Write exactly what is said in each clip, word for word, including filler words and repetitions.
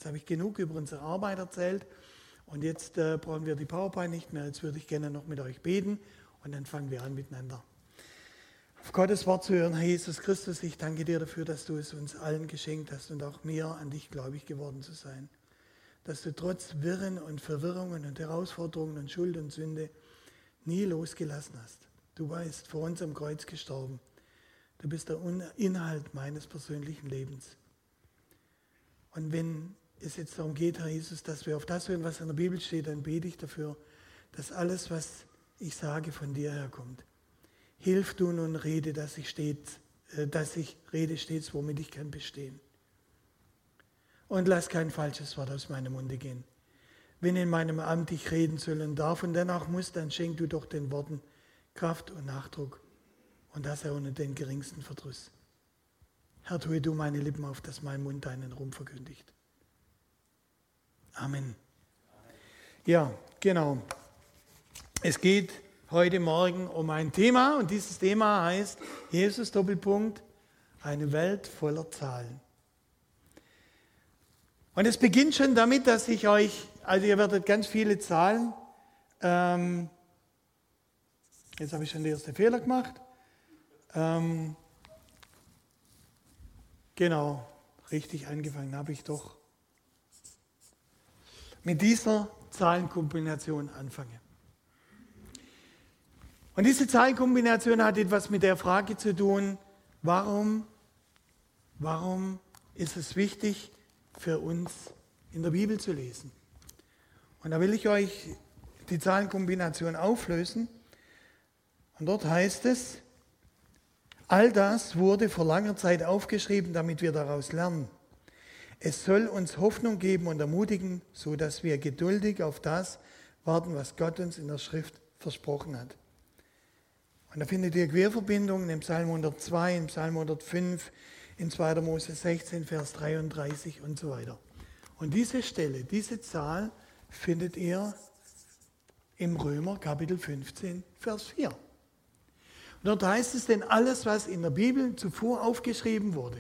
habe ich genug über unsere Arbeit erzählt und jetzt äh, brauchen wir die PowerPoint nicht mehr. Jetzt würde ich gerne noch mit euch beten und dann fangen wir an miteinander. Auf Gottes Wort zu hören, Herr Jesus Christus, ich danke dir dafür, dass du es uns allen geschenkt hast und auch mir an dich gläubig geworden zu sein. Dass du trotz Wirren und Verwirrungen und Herausforderungen und Schuld und Sünde nie losgelassen hast. Du bist vor uns am Kreuz gestorben. Du bist der Inhalt meines persönlichen Lebens. Und wenn es jetzt darum geht, Herr Jesus, dass wir auf das hören, was in der Bibel steht, dann bete ich dafür, dass alles, was ich sage, von dir herkommt. Hilf du nun Rede, dass ich, stets, dass ich rede stets, womit ich kann bestehen. Und lass kein falsches Wort aus meinem Munde gehen. Wenn in meinem Amt ich reden sollen darf und dann auch muss, dann schenk du doch den Worten Kraft und Nachdruck und das er ohne den geringsten Verdruss. Herr, tue du meine Lippen auf, dass mein Mund deinen Ruhm verkündigt. Amen. Ja, genau. Es geht heute Morgen um ein Thema und dieses Thema heißt Jesus Doppelpunkt, eine Welt voller Zahlen. Und es beginnt schon damit, dass ich euch, also ihr werdet ganz viele Zahlen, ähm, jetzt habe ich schon den ersten Fehler gemacht, ähm, genau, richtig angefangen habe ich doch, mit dieser Zahlenkombination anfange. Und diese Zahlenkombination hat etwas mit der Frage zu tun, warum, warum ist es wichtig, für uns in der Bibel zu lesen. Und da will ich euch die Zahlenkombination auflösen. Und dort heißt es, all das wurde vor langer Zeit aufgeschrieben, damit wir daraus lernen. Es soll uns Hoffnung geben und ermutigen, so dass wir geduldig auf das warten, was Gott uns in der Schrift versprochen hat. Und da findet ihr Querverbindungen im Psalm hundertzwei, im Psalm hundertfünf, in zweiter Mose sechzehn, Vers dreiunddreißig und so weiter. Und diese Stelle, diese Zahl findet ihr im Römer Kapitel fünfzehn, Vers vier. Und dort heißt es, denn alles, was in der Bibel zuvor aufgeschrieben wurde,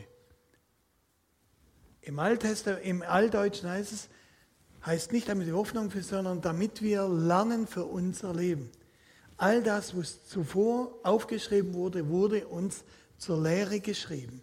im Alttestament, im Altdeutschen heißt es, heißt nicht damit die Hoffnung für, sondern damit wir lernen für unser Leben. All das, was zuvor aufgeschrieben wurde, wurde uns zur Lehre geschrieben.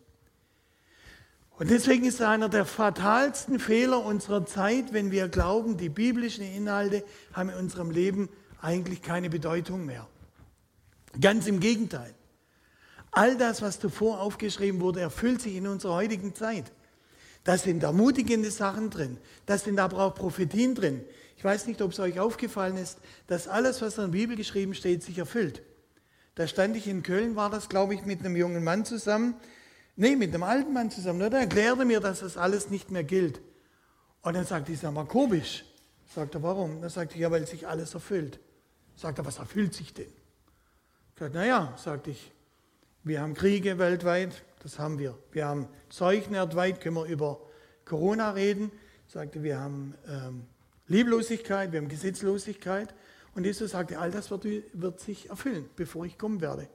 Und deswegen ist einer der fatalsten Fehler unserer Zeit, wenn wir glauben, die biblischen Inhalte haben in unserem Leben eigentlich keine Bedeutung mehr. Ganz im Gegenteil. All das, was zuvor aufgeschrieben wurde, erfüllt sich in unserer heutigen Zeit. Da sind ermutigende Sachen drin, da sind aber auch Prophetien drin. Ich weiß nicht, ob es euch aufgefallen ist, dass alles, was in der Bibel geschrieben steht, sich erfüllt. Da stand ich in Köln, war das, glaube ich, mit einem jungen Mann zusammen, nee, mit einem alten Mann zusammen. Der erklärte mir, dass das alles nicht mehr gilt. Und dann sagte ich, sag mal, komisch. Sagt er, warum? Dann sagte ich, ja, weil sich alles erfüllt. Sagt er, was erfüllt sich denn? Ich sagte, naja, sagte ich, wir haben Kriege weltweit, das haben wir. Wir haben Seuchen weltweit, können wir über Corona reden. Sagte, wir haben ähm, Lieblosigkeit, wir haben Gesetzlosigkeit. Und Jesus sagte, all das wird, wird sich erfüllen, bevor ich kommen werde.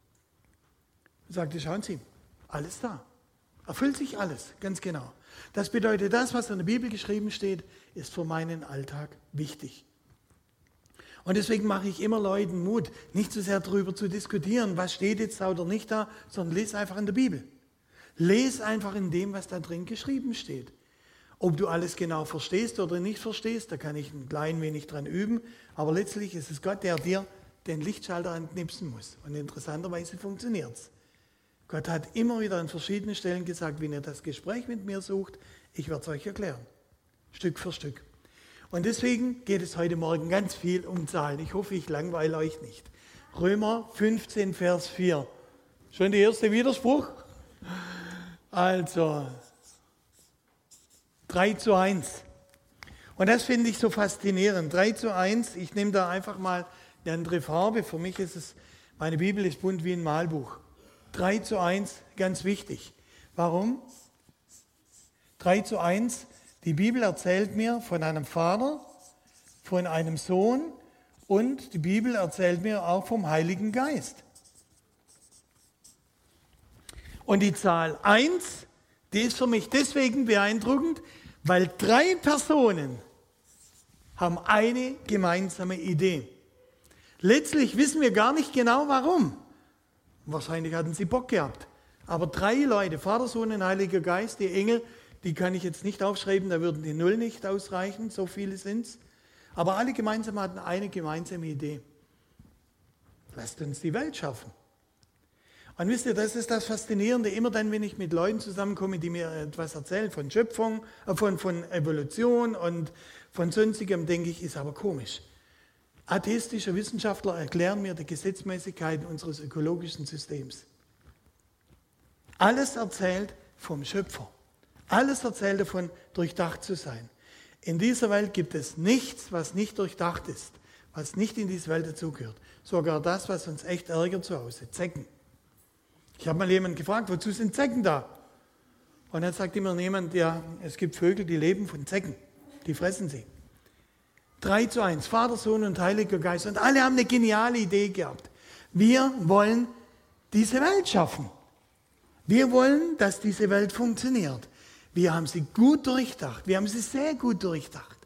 Er sagte, schauen Sie, alles da. Erfüllt sich alles, ganz genau. Das bedeutet, das, was in der Bibel geschrieben steht, ist für meinen Alltag wichtig. Und deswegen mache ich immer Leuten Mut, nicht so sehr darüber zu diskutieren, was steht jetzt da oder nicht da, sondern lese einfach in der Bibel. Lese einfach in dem, was da drin geschrieben steht. Ob du alles genau verstehst oder nicht verstehst, da kann ich ein klein wenig dran üben, aber letztlich ist es Gott, der dir den Lichtschalter anknipsen muss. Und interessanterweise funktioniert es. Gott hat immer wieder an verschiedenen Stellen gesagt, wenn ihr das Gespräch mit mir sucht, ich werde es euch erklären. Stück für Stück. Und deswegen geht es heute Morgen ganz viel um Zahlen. Ich hoffe, ich langweile euch nicht. Römer fünfzehn, Vers vier. Schon der erste Widerspruch? Also, drei zu eins. Und das finde ich so faszinierend. drei zu eins, ich nehme da einfach mal eine andere Farbe. Für mich ist es, meine Bibel ist bunt wie ein Malbuch. drei zu eins, ganz wichtig. Warum? drei zu eins, die Bibel erzählt mir von einem Vater, von einem Sohn und die Bibel erzählt mir auch vom Heiligen Geist. Und die Zahl eins, die ist für mich deswegen beeindruckend, Weil drei Personen haben eine gemeinsame Idee. Letztlich wissen wir gar nicht genau warum. Wahrscheinlich hatten sie Bock gehabt. Aber drei Leute, Vater, Sohn und Heiliger Geist, die Engel, die kann ich jetzt nicht aufschreiben, da würden die Null nicht ausreichen, so viele sind es. Aber alle gemeinsam hatten eine gemeinsame Idee. Lasst uns die Welt schaffen. Und wisst ihr, das ist das Faszinierende, immer dann, wenn ich mit Leuten zusammenkomme, die mir etwas erzählen von Schöpfung, von, von Evolution und von sonstigem, denke ich, ist aber komisch. Atheistische Wissenschaftler erklären mir die Gesetzmäßigkeiten unseres ökologischen Systems. Alles erzählt vom Schöpfer. Alles erzählt davon, durchdacht zu sein. In dieser Welt gibt es nichts, was nicht durchdacht ist, was nicht in diese Welt dazugehört. Sogar das, was uns echt ärgert zu Hause, Zecken. Ich habe mal jemanden gefragt, wozu sind Zecken da? Und dann sagt immer jemand, ja, es gibt Vögel, die leben von Zecken, die fressen sie. Drei zu eins, Vater, Sohn und Heiliger Geist. Und alle haben eine geniale Idee gehabt. Wir wollen diese Welt schaffen. Wir wollen, dass diese Welt funktioniert. Wir haben sie gut durchdacht. Wir haben sie sehr gut durchdacht.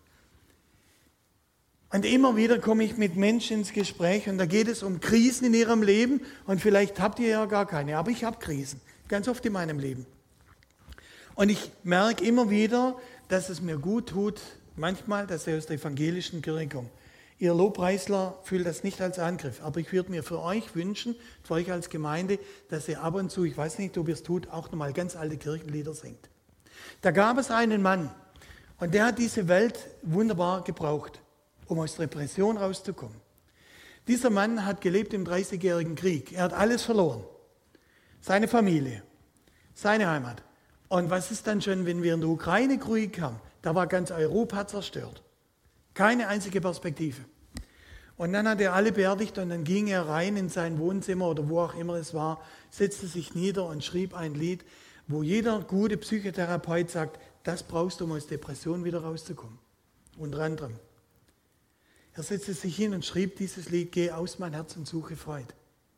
Und immer wieder komme ich mit Menschen ins Gespräch und da geht es um Krisen in ihrem Leben. Und vielleicht habt ihr ja gar keine, aber ich habe Krisen. Ganz oft in meinem Leben. Und ich merke immer wieder, dass es mir gut tut, manchmal, dass ich aus der evangelischen Kirche komme. Ihr Lobpreisler fühlt das nicht als Angriff, aber ich würde mir für euch wünschen, für euch als Gemeinde, dass ihr ab und zu, ich weiß nicht, ob ihr es tut, auch nochmal ganz alte Kirchenlieder singt. Da gab es einen Mann und der hat diese Welt wunderbar gebraucht, um aus der Depression rauszukommen. Dieser Mann hat gelebt im dreißigjährigen Krieg. Er hat alles verloren. Seine Familie, seine Heimat. Und was ist dann schon, wenn wir in der Ukraine Krieg haben? Da war ganz Europa zerstört. Keine einzige Perspektive. Und dann hat er alle beerdigt und dann ging er rein in sein Wohnzimmer oder wo auch immer es war, setzte sich nieder und schrieb ein Lied, wo jeder gute Psychotherapeut sagt, das brauchst du, um aus Depression wieder rauszukommen. Unter anderem. Er setzte sich hin und schrieb dieses Lied, geh aus mein Herz und suche Freude.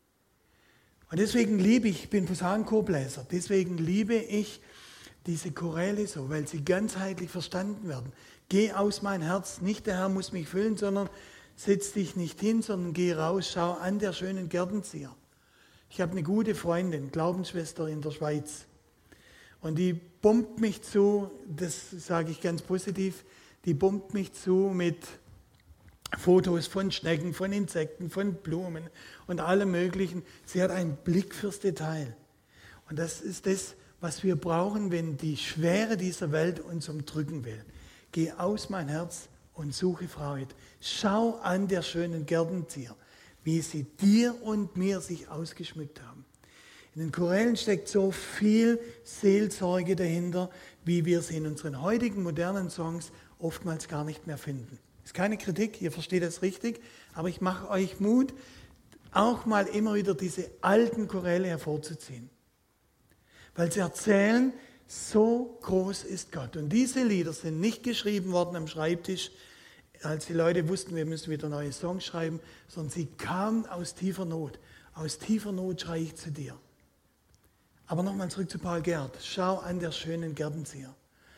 Und deswegen liebe ich, ich bin Posaunenchorbläser, deswegen liebe ich diese Choräle so, weil sie ganzheitlich verstanden werden. Geh aus mein Herz, nicht der Herr muss mich füllen, sondern setz dich nicht hin, sondern geh raus, schau an der schönen Gärtenzieher. Ich habe eine gute Freundin, Glaubensschwester in der Schweiz. Und die bombt mich zu, das sage ich ganz positiv, die bombt mich zu mit Fotos von Schnecken, von Insekten, von Blumen und allem Möglichen. Sie hat einen Blick fürs Detail. Und das ist das, was wir brauchen, wenn die Schwere dieser Welt uns umdrücken will. Geh aus mein Herz und suche Freude. Schau an der schönen Gärtenzieher, wie sie dir und mir sich ausgeschmückt haben. In den Chorälen steckt so viel Seelsorge dahinter, wie wir sie in unseren heutigen modernen Songs oftmals gar nicht mehr finden. Das ist keine Kritik, ihr versteht das richtig, aber ich mache euch Mut, auch mal immer wieder diese alten Choräle hervorzuziehen. Weil sie erzählen, so groß ist Gott. Und diese Lieder sind nicht geschrieben worden am Schreibtisch, als die Leute wussten, wir müssen wieder neue Songs schreiben, sondern sie kamen aus tiefer Not. Aus tiefer Not schreie ich zu dir. Aber nochmal zurück zu Paul Gerhardt. Schau an der schönen Gärtenzieher.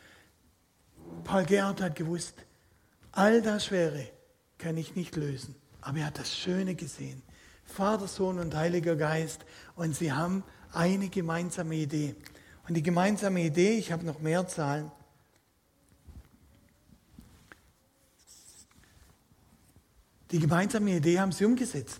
Paul Gerhardt hat gewusst, all das Schwere kann ich nicht lösen. Aber er hat das Schöne gesehen. Vater, Sohn und Heiliger Geist. Und sie haben eine gemeinsame Idee. Und die gemeinsame Idee, ich habe noch mehr Zahlen. Die gemeinsame Idee haben sie umgesetzt.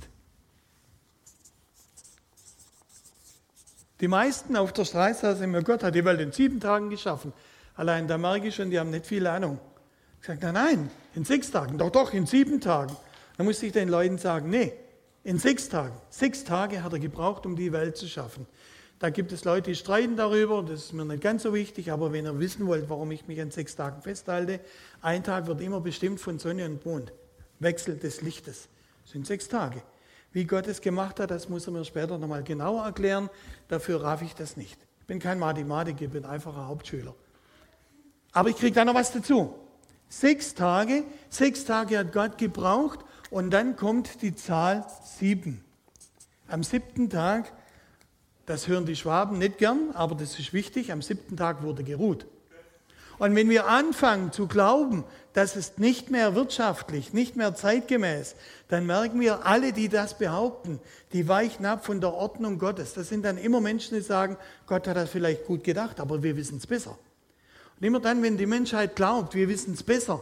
Die meisten auf der Straße sagen mir, Gott hat die Welt in sieben Tagen geschaffen. Allein da merke ich schon, die haben nicht viel Ahnung. Ich sage, nein, nein, in sechs Tagen, doch, doch, in sieben Tagen. Dann musste ich den Leuten sagen, nee, in sechs Tagen. Sechs Tage hat er gebraucht, um die Welt zu schaffen. Da gibt es Leute, die streiten darüber, das ist mir nicht ganz so wichtig, aber wenn ihr wissen wollt, warum ich mich an sechs Tagen festhalte, ein Tag wird immer bestimmt von Sonne und Mond. Wechsel des Lichtes. Das sind sechs Tage. Wie Gott es gemacht hat, das muss er mir später nochmal genauer erklären. Dafür raff ich das nicht. Ich bin kein Mathematiker, ich bin einfacher Hauptschüler. Aber ich kriege da noch was dazu. Sechs Tage, sechs Tage hat Gott gebraucht und dann kommt die Zahl sieben. Am siebten Tag, das hören die Schwaben nicht gern, aber das ist wichtig, am siebten Tag wurde geruht. Und wenn wir anfangen zu glauben, das ist nicht mehr wirtschaftlich, nicht mehr zeitgemäß, dann merken wir, alle, die das behaupten, die weichen ab von der Ordnung Gottes. Das sind dann immer Menschen, die sagen, Gott hat das vielleicht gut gedacht, aber wir wissen es besser. Und immer dann, wenn die Menschheit glaubt, wir wissen es besser.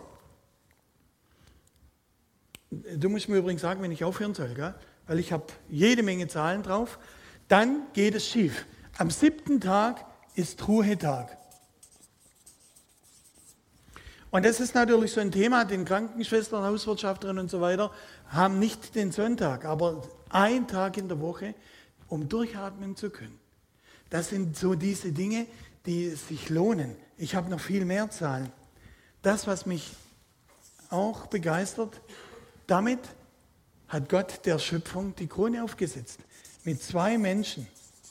Du musst mir übrigens sagen, wenn ich aufhören soll, gell? Weil ich habe jede Menge Zahlen drauf. Dann geht es schief. Am siebten Tag ist Ruhetag. Und das ist natürlich so ein Thema, den Krankenschwestern, Hauswirtschafterinnen und so weiter haben nicht den Sonntag, aber ein Tag in der Woche, um durchatmen zu können. Das sind so diese Dinge, die sich lohnen. Ich habe noch viel mehr Zahlen. Das, was mich auch begeistert, damit hat Gott der Schöpfung die Krone aufgesetzt. Mit zwei Menschen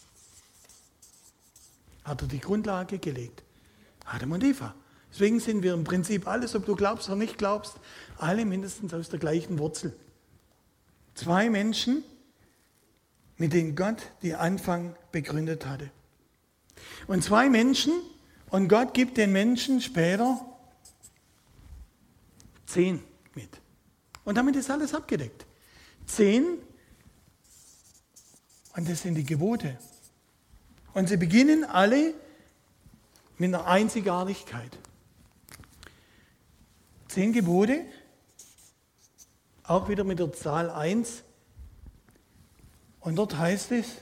hat er die Grundlage gelegt. Adam und Eva. Deswegen sind wir im Prinzip alles, ob du glaubst oder nicht glaubst, alle mindestens aus der gleichen Wurzel. Zwei Menschen, mit denen Gott den Anfang begründet hatte. Und zwei Menschen, und Gott gibt den Menschen später zehn mit. Und damit ist alles abgedeckt. Zehn, und das sind die Gebote. Und sie beginnen alle mit einer Einzigartigkeit. Zehn Gebote, auch wieder mit der Zahl eins. Und dort heißt es,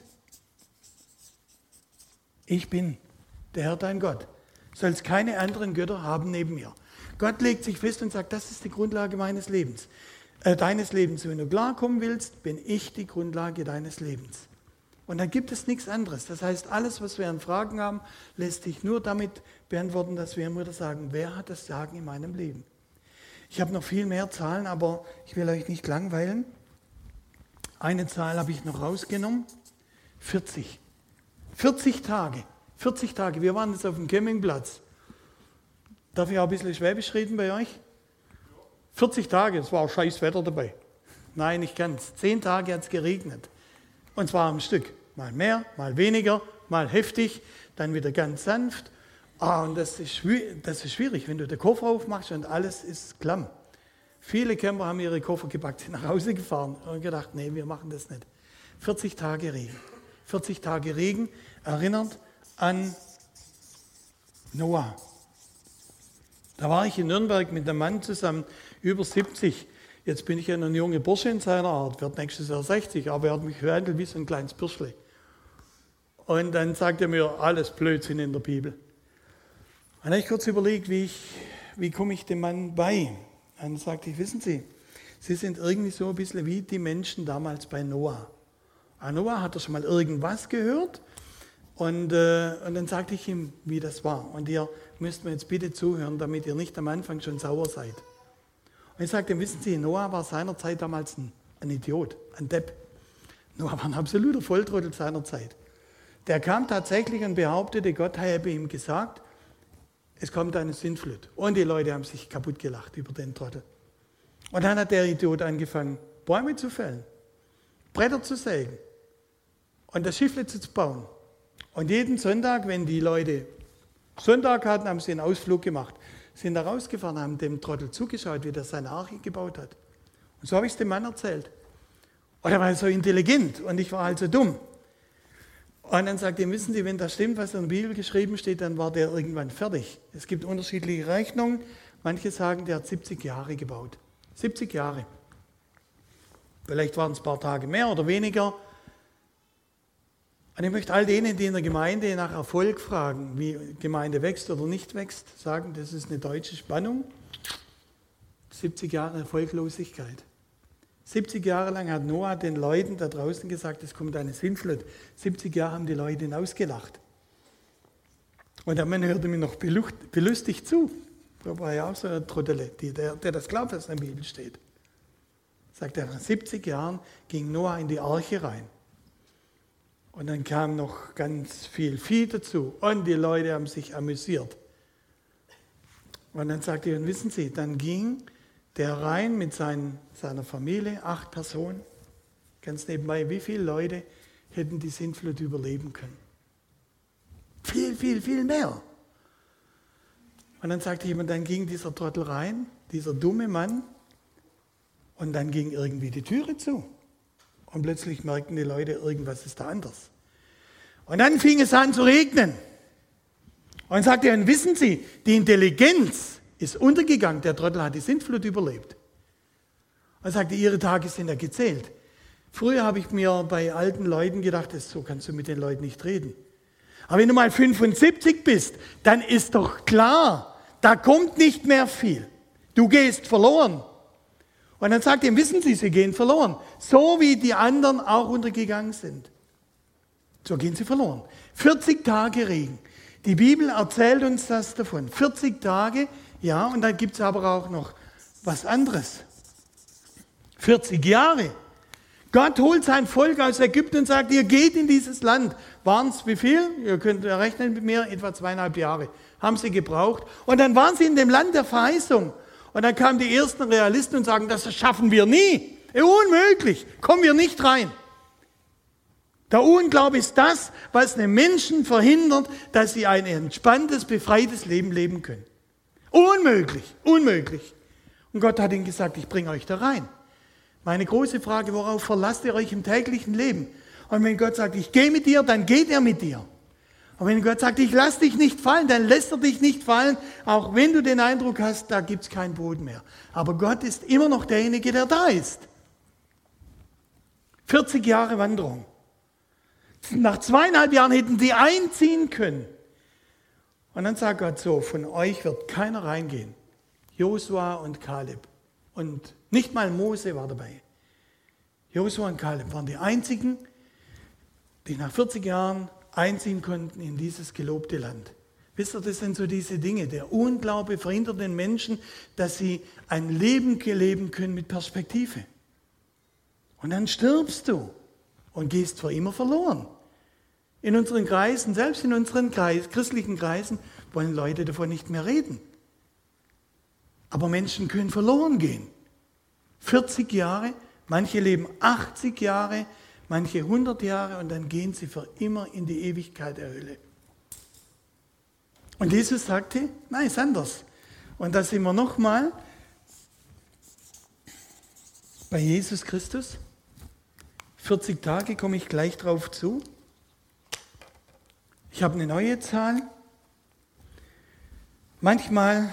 ich bin der Herr dein Gott. Du sollst keine anderen Götter haben neben mir. Gott legt sich fest und sagt, das ist die Grundlage meines Lebens, äh, deines Lebens. Wenn du klarkommen willst, bin ich die Grundlage deines Lebens. Und dann gibt es nichts anderes. Das heißt, alles, was wir an Fragen haben, lässt sich nur damit beantworten, dass wir immer wieder sagen, wer hat das Sagen in meinem Leben? Ich habe noch viel mehr Zahlen, aber ich will euch nicht langweilen. Eine Zahl habe ich noch rausgenommen. vierzig. vierzig Tage. vierzig Tage. Wir waren jetzt auf dem Campingplatz. Darf ich auch ein bisschen Schwäbisch reden bei euch? vierzig Tage, es war auch scheiß Wetter dabei. Nein, nicht ganz. Zehn Tage hat es geregnet. Und zwar am Stück. Mal mehr, mal weniger, mal heftig, dann wieder ganz sanft. Ah, und das ist, das ist schwierig, wenn du den Koffer aufmachst und alles ist klamm. Viele Camper haben ihre Koffer gepackt, sind nach Hause gefahren und gedacht, nee, wir machen das nicht. vierzig Tage Regen. vierzig Tage Regen erinnert an Noah. Da war ich in Nürnberg mit einem Mann zusammen, über siebzig. Jetzt bin ich ja ein junger Bursche in seiner Art, wird nächstes Jahr sechzig, aber er hat mich behandelt wie so ein kleines Bürschle. Und dann sagt er mir, alles Blödsinn in der Bibel. Und dann habe ich kurz überlegt, wie, ich, wie komme ich dem Mann bei? Und dann sagte ich, wissen Sie, Sie sind irgendwie so ein bisschen wie die Menschen damals bei Noah. An Noah hat er schon mal irgendwas gehört und, äh, und dann sagte ich ihm, wie das war. Und ihr müsst mir jetzt bitte zuhören, damit ihr nicht am Anfang schon sauer seid. Und ich sagte, wissen Sie, Noah war seinerzeit damals ein, ein Idiot, ein Depp. Noah war ein absoluter Volltrottel seiner Zeit. Der kam tatsächlich und behauptete, Gott habe ihm gesagt, es kommt eine Sintflut. Und die Leute haben sich kaputt gelacht über den Trottel. Und dann hat der Idiot angefangen, Bäume zu fällen, Bretter zu sägen und das Schiff zu bauen. Und jeden Sonntag, wenn die Leute Sonntag hatten, haben sie einen Ausflug gemacht, sind da rausgefahren, haben dem Trottel zugeschaut, wie der seine Arche gebaut hat. Und so habe ich es dem Mann erzählt. Und er war so intelligent und ich war halt so dumm. Und dann sagt er, wissen Sie, wenn das stimmt, was in der Bibel geschrieben steht, dann war der irgendwann fertig. Es gibt unterschiedliche Rechnungen. Manche sagen, der hat siebzig Jahre gebaut. siebzig Jahre. Vielleicht waren es ein paar Tage mehr oder weniger. Und ich möchte all denen, die in der Gemeinde nach Erfolg fragen, wie Gemeinde wächst oder nicht wächst, sagen, das ist eine deutsche Spannung. siebzig Jahre Erfolglosigkeit. siebzig Jahre lang hat Noah den Leuten da draußen gesagt, es kommt eine Sintflut. siebzig Jahre haben die Leute ihn ausgelacht. Und der Mann hörte mir noch belustigt zu. Da war ja auch so eine Trottele, der, der das glaubt, was in der Bibel steht. Sagt er, nach siebzig Jahren ging Noah in die Arche rein. Und dann kam noch ganz viel Vieh dazu. Und die Leute haben sich amüsiert. Und dann sagte er, und wissen Sie, dann ging der rein mit seinen, seiner Familie, acht Personen. Ganz nebenbei, wie viele Leute hätten die Sintflut überleben können? Viel, viel, viel mehr. Und dann sagte jemand, dann ging dieser Trottel rein, dieser dumme Mann, und dann ging irgendwie die Türe zu. Und plötzlich merkten die Leute, irgendwas ist da anders. Und dann fing es an zu regnen. Und sagte er, wissen Sie, die Intelligenz ist untergegangen. Der Trottel hat die Sintflut überlebt. Und sagte, Ihre Tage sind ja gezählt. Früher habe ich mir bei alten Leuten gedacht, so kannst du mit den Leuten nicht reden. Aber wenn du mal fünfundsiebzig bist, dann ist doch klar, da kommt nicht mehr viel. Du gehst verloren. Und dann sagt er, wissen Sie, Sie gehen verloren. So wie die anderen auch untergegangen sind. So gehen sie verloren. vierzig Tage Regen. Die Bibel erzählt uns das davon. vierzig Tage, ja, und dann gibt es aber auch noch was anderes. vierzig Jahre. Gott holt sein Volk aus Ägypten und sagt, ihr geht in dieses Land. Waren es wie viel? Ihr könnt rechnen mit mir, etwa zweieinhalb Jahre haben sie gebraucht. Und dann waren sie in dem Land der Verheißung. Und dann kamen die ersten Realisten und sagen, das schaffen wir nie. Unmöglich, kommen wir nicht rein. Der Unglaube ist das, was den Menschen verhindert, dass sie ein entspanntes, befreites Leben leben können. Unmöglich, unmöglich. Und Gott hat ihnen gesagt, ich bringe euch da rein. Meine große Frage, worauf verlasst ihr euch im täglichen Leben? Und wenn Gott sagt, ich gehe mit dir, dann geht er mit dir. Und wenn Gott sagt, ich lasse dich nicht fallen, dann lässt er dich nicht fallen, auch wenn du den Eindruck hast, da gibt es keinen Boden mehr. Aber Gott ist immer noch derjenige, der da ist. vierzig Jahre Wanderung. Nach zweieinhalb Jahren hätten sie einziehen können. Und dann sagt Gott so, von euch wird keiner reingehen. Josua und Kaleb. Und nicht mal Mose war dabei. Josua und Kaleb waren die einzigen, die nach vierzig Jahren einziehen konnten in dieses gelobte Land. Wisst ihr, das sind so diese Dinge. Der Unglaube verhindert den Menschen, dass sie ein Leben leben können mit Perspektive. Und dann stirbst du und gehst für immer verloren. In unseren Kreisen, selbst in unseren Kreis, christlichen Kreisen, wollen Leute davon nicht mehr reden. Aber Menschen können verloren gehen. vierzig Jahre, manche leben achtzig Jahre, manche hundert Jahre und dann gehen sie für immer in die Ewigkeit der Hölle. Und Jesus sagte, nein, ist anders. Und da sind wir nochmal bei Jesus Christus. vierzig Tage komme ich gleich drauf zu. Ich habe eine neue Zahl. Manchmal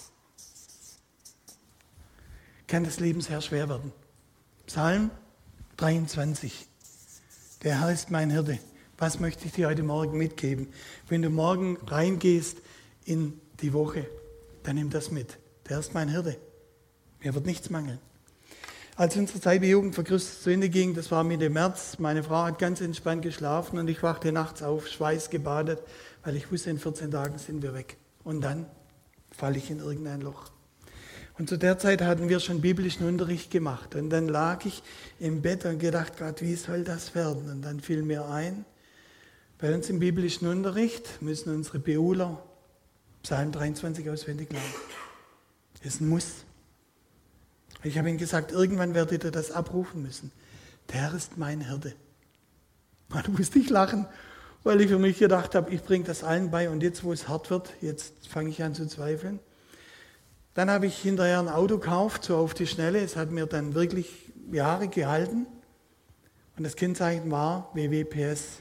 kann das Leben sehr schwer werden. Psalm dreiundzwanzig. Der Herr ist mein Hirte. Was möchte ich dir heute Morgen mitgeben? Wenn du morgen reingehst in die Woche, dann nimm das mit. Der ist mein Hirte. Mir wird nichts mangeln. Als unsere Zeit bei Jugend für Christus zu Ende ging, das war Mitte März, meine Frau hat ganz entspannt geschlafen und ich wachte nachts auf, schweißgebadet, weil ich wusste, in vierzehn Tagen sind wir weg. Und dann falle ich in irgendein Loch. Und zu der Zeit hatten wir schon biblischen Unterricht gemacht. Und dann lag ich im Bett und gedacht, Gott, wie soll das werden? Und dann fiel mir ein, bei uns im biblischen Unterricht müssen unsere Beuler Psalm dreiundzwanzig auswendig lernen. Das ist ein Muss. Ich habe ihnen gesagt, irgendwann werdet ihr das abrufen müssen. Der Herr ist mein Hirte. Da musste ich lachen, weil ich für mich gedacht habe, ich bringe das allen bei und jetzt, wo es hart wird, jetzt fange ich an zu zweifeln. Dann habe ich hinterher ein Auto gekauft, so auf die Schnelle. Es hat mir dann wirklich Jahre gehalten. Und das Kennzeichen war W W P S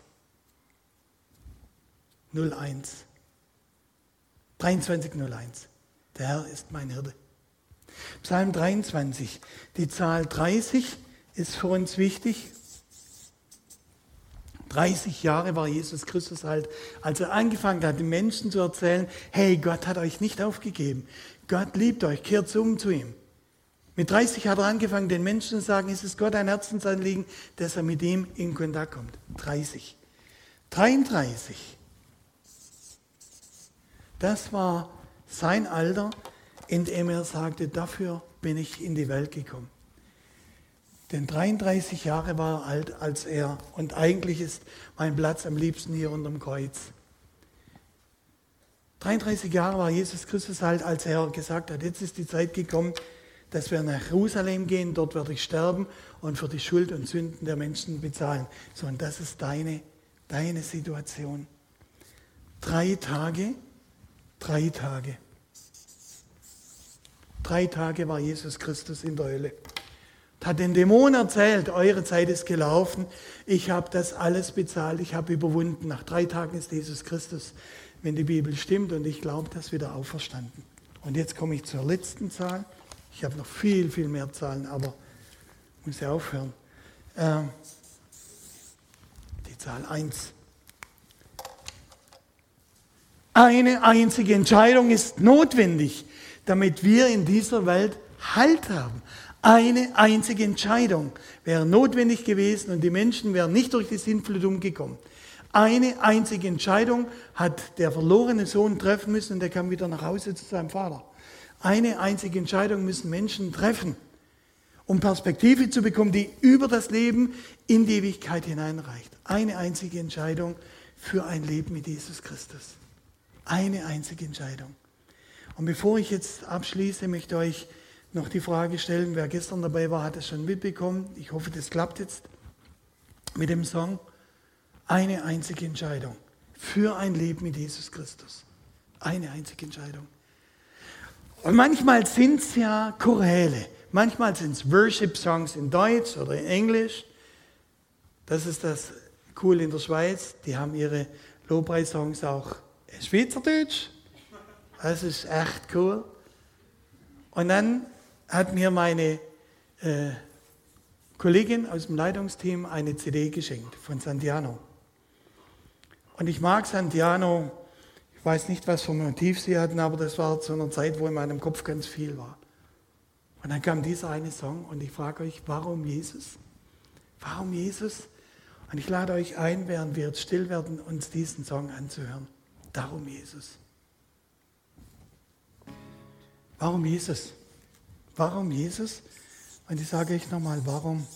null eins. dreiundzwanzig null eins. Der Herr ist mein Hirte. Psalm dreiundzwanzig. Die Zahl dreißig ist für uns wichtig. dreißig Jahre war Jesus Christus alt, als er angefangen hat, den Menschen zu erzählen, hey, Gott hat euch nicht aufgegeben. Gott liebt euch, kehrt um zu ihm. Mit dreißig hat er angefangen, den Menschen zu sagen, es ist Gott ein Herzensanliegen, dass er mit ihm in Kontakt kommt. dreißig. dreiunddreißig. Das war sein Alter, in dem er sagte, dafür bin ich in die Welt gekommen. Denn dreiunddreißig Jahre war er alt, als er, und eigentlich ist mein Platz am liebsten hier unterm Kreuz. dreiunddreißig Jahre war Jesus Christus alt, als er gesagt hat, jetzt ist die Zeit gekommen, dass wir nach Jerusalem gehen, dort werde ich sterben und für die Schuld und Sünden der Menschen bezahlen. So, und das ist deine, deine Situation. Drei Tage, drei Tage. Drei Tage war Jesus Christus in der Hölle. Hat den Dämonen erzählt, eure Zeit ist gelaufen, ich habe das alles bezahlt, ich habe überwunden. Nach drei Tagen ist Jesus Christus, wenn die Bibel stimmt, und ich glaube, das wieder auferstanden. Und jetzt komme ich zur letzten Zahl. Ich habe noch viel, viel mehr Zahlen, aber ich muss ja aufhören. Äh, die Zahl eins. Eine einzige Entscheidung ist notwendig, damit wir in dieser Welt Halt haben. Eine einzige Entscheidung wäre notwendig gewesen und die Menschen wären nicht durch die Sintflut umgekommen. Eine einzige Entscheidung hat der verlorene Sohn treffen müssen und der kam wieder nach Hause zu seinem Vater. Eine einzige Entscheidung müssen Menschen treffen, um Perspektive zu bekommen, die über das Leben in die Ewigkeit hineinreicht. Eine einzige Entscheidung für ein Leben mit Jesus Christus. Eine einzige Entscheidung. Und bevor ich jetzt abschließe, möchte ich euch noch die Frage stellen, wer gestern dabei war, hat es schon mitbekommen. Ich hoffe, das klappt jetzt mit dem Song. Eine einzige Entscheidung für ein Leben mit Jesus Christus. Eine einzige Entscheidung. Und manchmal sind es ja Choräle. Manchmal sind es Worship-Songs in Deutsch oder in Englisch. Das ist das Coole in der Schweiz. Die haben ihre Lobpreis-Songs auch in Schweizerdeutsch. Das ist echt cool. Und dann hat mir meine äh, Kollegin aus dem Leitungsteam eine C D geschenkt von Santiano. Und ich mag Santiano, ich weiß nicht, was für ein Motiv sie hatten, aber das war zu einer Zeit, wo in meinem Kopf ganz viel war. Und dann kam dieser eine Song und ich frage euch, warum Jesus? Warum Jesus? Und ich lade euch ein, während wir jetzt still werden, uns diesen Song anzuhören. Darum Jesus. Warum Jesus? Warum Jesus? Und ich sage euch nochmal, warum?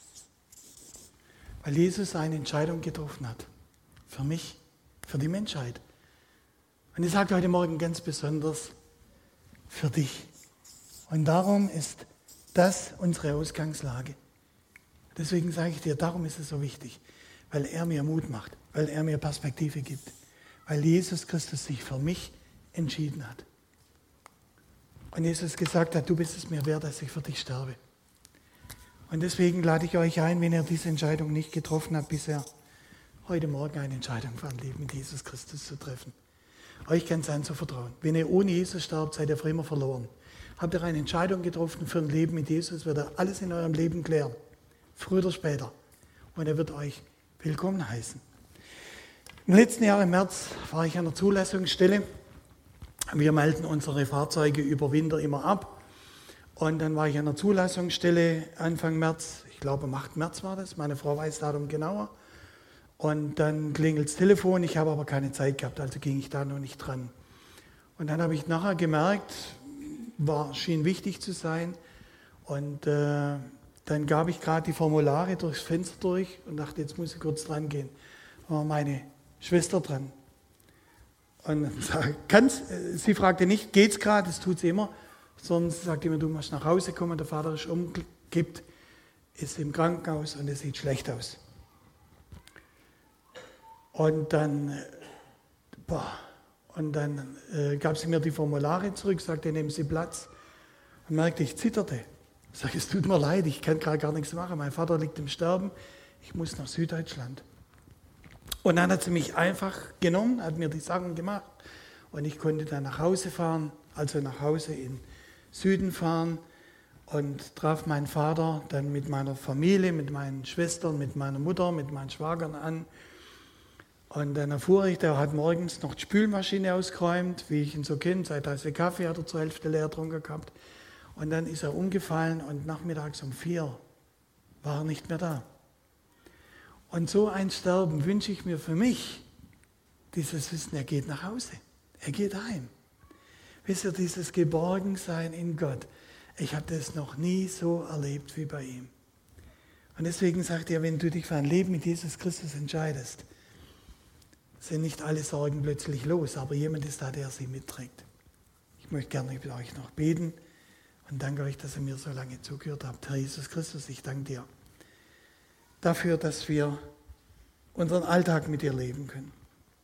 Weil Jesus eine Entscheidung getroffen hat. Für mich, für die Menschheit. Und ich sage heute Morgen ganz besonders, für dich. Und darum ist das unsere Ausgangslage. Deswegen sage ich dir, darum ist es so wichtig. Weil er mir Mut macht, weil er mir Perspektive gibt. Weil Jesus Christus sich für mich entschieden hat. Und Jesus gesagt hat, du bist es mir wert, dass ich für dich sterbe. Und deswegen lade ich euch ein, wenn ihr diese Entscheidung nicht getroffen habt bisher, heute Morgen eine Entscheidung für ein Leben mit Jesus Christus zu treffen. Euch ganz anzuvertrauen. Wenn ihr ohne Jesus sterbt, seid ihr für immer verloren. Habt ihr eine Entscheidung getroffen für ein Leben mit Jesus, wird er alles in eurem Leben klären. Früher oder später. Und er wird euch willkommen heißen. Im letzten Jahr im März war ich an der Zulassungsstelle. Wir melden unsere Fahrzeuge über Winter immer ab. Und dann war ich an der Zulassungsstelle Anfang März, ich glaube am achten März war das, meine Frau weiß darum genauer. Und dann klingelt das Telefon, ich habe aber keine Zeit gehabt, also ging ich da noch nicht dran. Und dann habe ich nachher gemerkt, war, schien wichtig zu sein. Und äh, dann gab ich gerade die Formulare durchs Fenster durch und dachte, jetzt muss ich kurz dran gehen. Da war meine Schwester dran. Und kannst, sie fragte nicht, geht's gerade, das tut sie immer, sondern sie sagte mir, du musst nach Hause kommen, der Vater ist umgekippt, ist im Krankenhaus und es sieht schlecht aus. Und dann, boah, und dann äh, gab sie mir die Formulare zurück, sagte, nehmen Sie Platz. Und merkte, ich zitterte. Ich sage, es tut mir leid, ich kann gerade gar nichts machen. Mein Vater liegt im Sterben, ich muss nach Süddeutschland. Und dann hat sie mich einfach genommen, hat mir die Sachen gemacht und ich konnte dann nach Hause fahren, also nach Hause in Süden fahren und traf meinen Vater dann mit meiner Familie, mit meinen Schwestern, mit meiner Mutter, mit meinen Schwagern an. Und dann erfuhr ich, der hat morgens noch die Spülmaschine ausgeräumt, wie ich ihn so kenne, zwei Tasse Kaffee hat er zur Hälfte leer getrunken gehabt. Und dann ist er umgefallen und nachmittags um vier war er nicht mehr da. Und so ein Sterben wünsche ich mir für mich, dieses Wissen, er geht nach Hause, er geht heim. Wisst ihr, dieses Geborgensein in Gott, ich habe das noch nie so erlebt wie bei ihm. Und deswegen sagt er, wenn du dich für ein Leben mit Jesus Christus entscheidest, sind nicht alle Sorgen plötzlich los, aber jemand ist da, der sie mitträgt. Ich möchte gerne mit euch noch beten und danke euch, dass ihr mir so lange zugehört habt. Herr Jesus Christus, ich danke dir dafür, dass wir unseren Alltag mit dir leben können.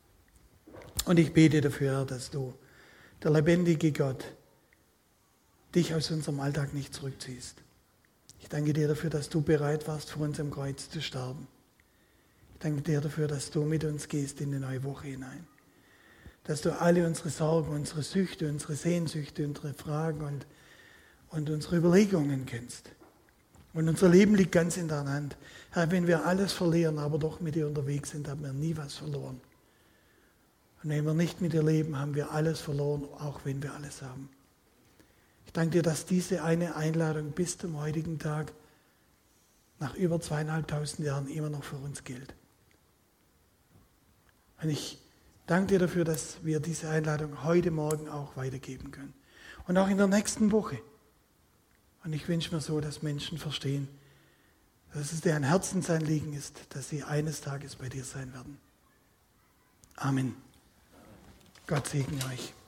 Und ich bete dafür, dass du, der lebendige Gott, dich aus unserem Alltag nicht zurückziehst. Ich danke dir dafür, dass du bereit warst, vor uns am Kreuz zu sterben. Ich danke dir dafür, dass du mit uns gehst in die neue Woche hinein. Dass du alle unsere Sorgen, unsere Süchte, unsere Sehnsüchte, unsere Fragen und, und unsere Überlegungen kennst. Und unser Leben liegt ganz in deiner Hand. Herr, wenn wir alles verlieren, aber doch mit dir unterwegs sind, haben wir nie was verloren. Und wenn wir nicht mit dir leben, haben wir alles verloren, auch wenn wir alles haben. Ich danke dir, dass diese eine Einladung bis zum heutigen Tag nach über zweieinhalbtausend Jahren immer noch für uns gilt. Und ich danke dir dafür, dass wir diese Einladung heute Morgen auch weitergeben können. Und auch in der nächsten Woche. Und ich wünsche mir so, dass Menschen verstehen, dass es dir ein Herzensanliegen ist, dass sie eines Tages bei dir sein werden. Amen. Gott segne euch.